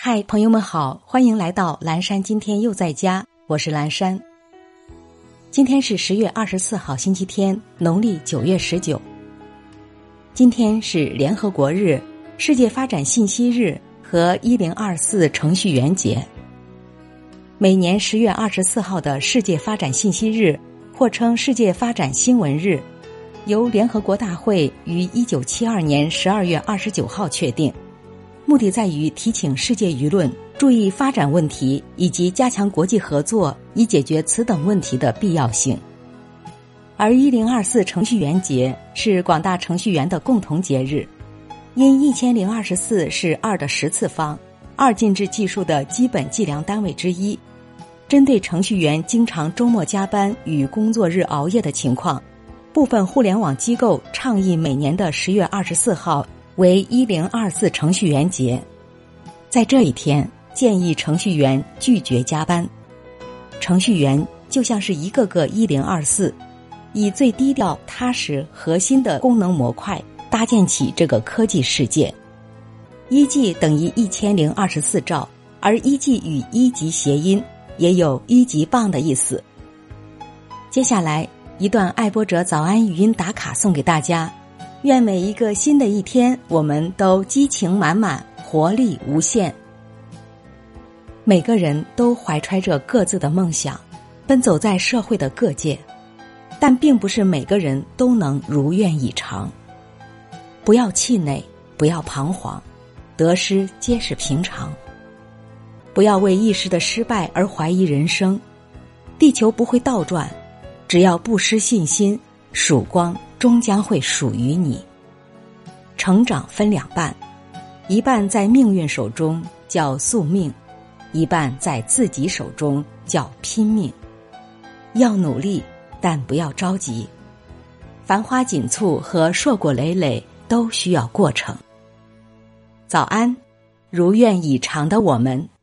嗨，朋友们好，欢迎来到蓝山今天又在家，我是蓝山。今天是10月24号星期天，农历9月19。今天是联合国日、世界发展信息日和1024程序员节。每年10月24号的世界发展信息日，或称世界发展新闻日，由联合国大会于1972年12月29号确定，目的在于提醒世界舆论注意发展问题以及加强国际合作，以解决此等问题的必要性。而1024程序员节是广大程序员的共同节日，因1024是2的10次方，2进制技术的基本计量单位之一。针对程序员经常周末加班与工作日熬夜的情况，部分互联网机构倡议每年的10月24号为1024程序员节。在这一天，建议程序员拒绝加班。程序员就像是一个个1024，以最低调、踏实、核心的功能模块搭建起这个科技世界。1G 等于1024兆，而1G与1级谐音，也有1级棒的意思。接下来一段爱播者早安语音打卡送给大家，愿每一个新的一天，我们都激情满满，活力无限。每个人都怀揣着各自的梦想，奔走在社会的各界，但并不是每个人都能如愿以偿。不要气馁，不要彷徨，得失皆是平常。不要为一时的失败而怀疑人生，地球不会倒转，只要不失信心，曙光终将会属于你。成长分2半，一半在命运手中叫宿命，一半在自己手中叫拼命。要努力，但不要着急。繁花锦簇和硕果累累都需要过程。早安，如愿以偿的我们。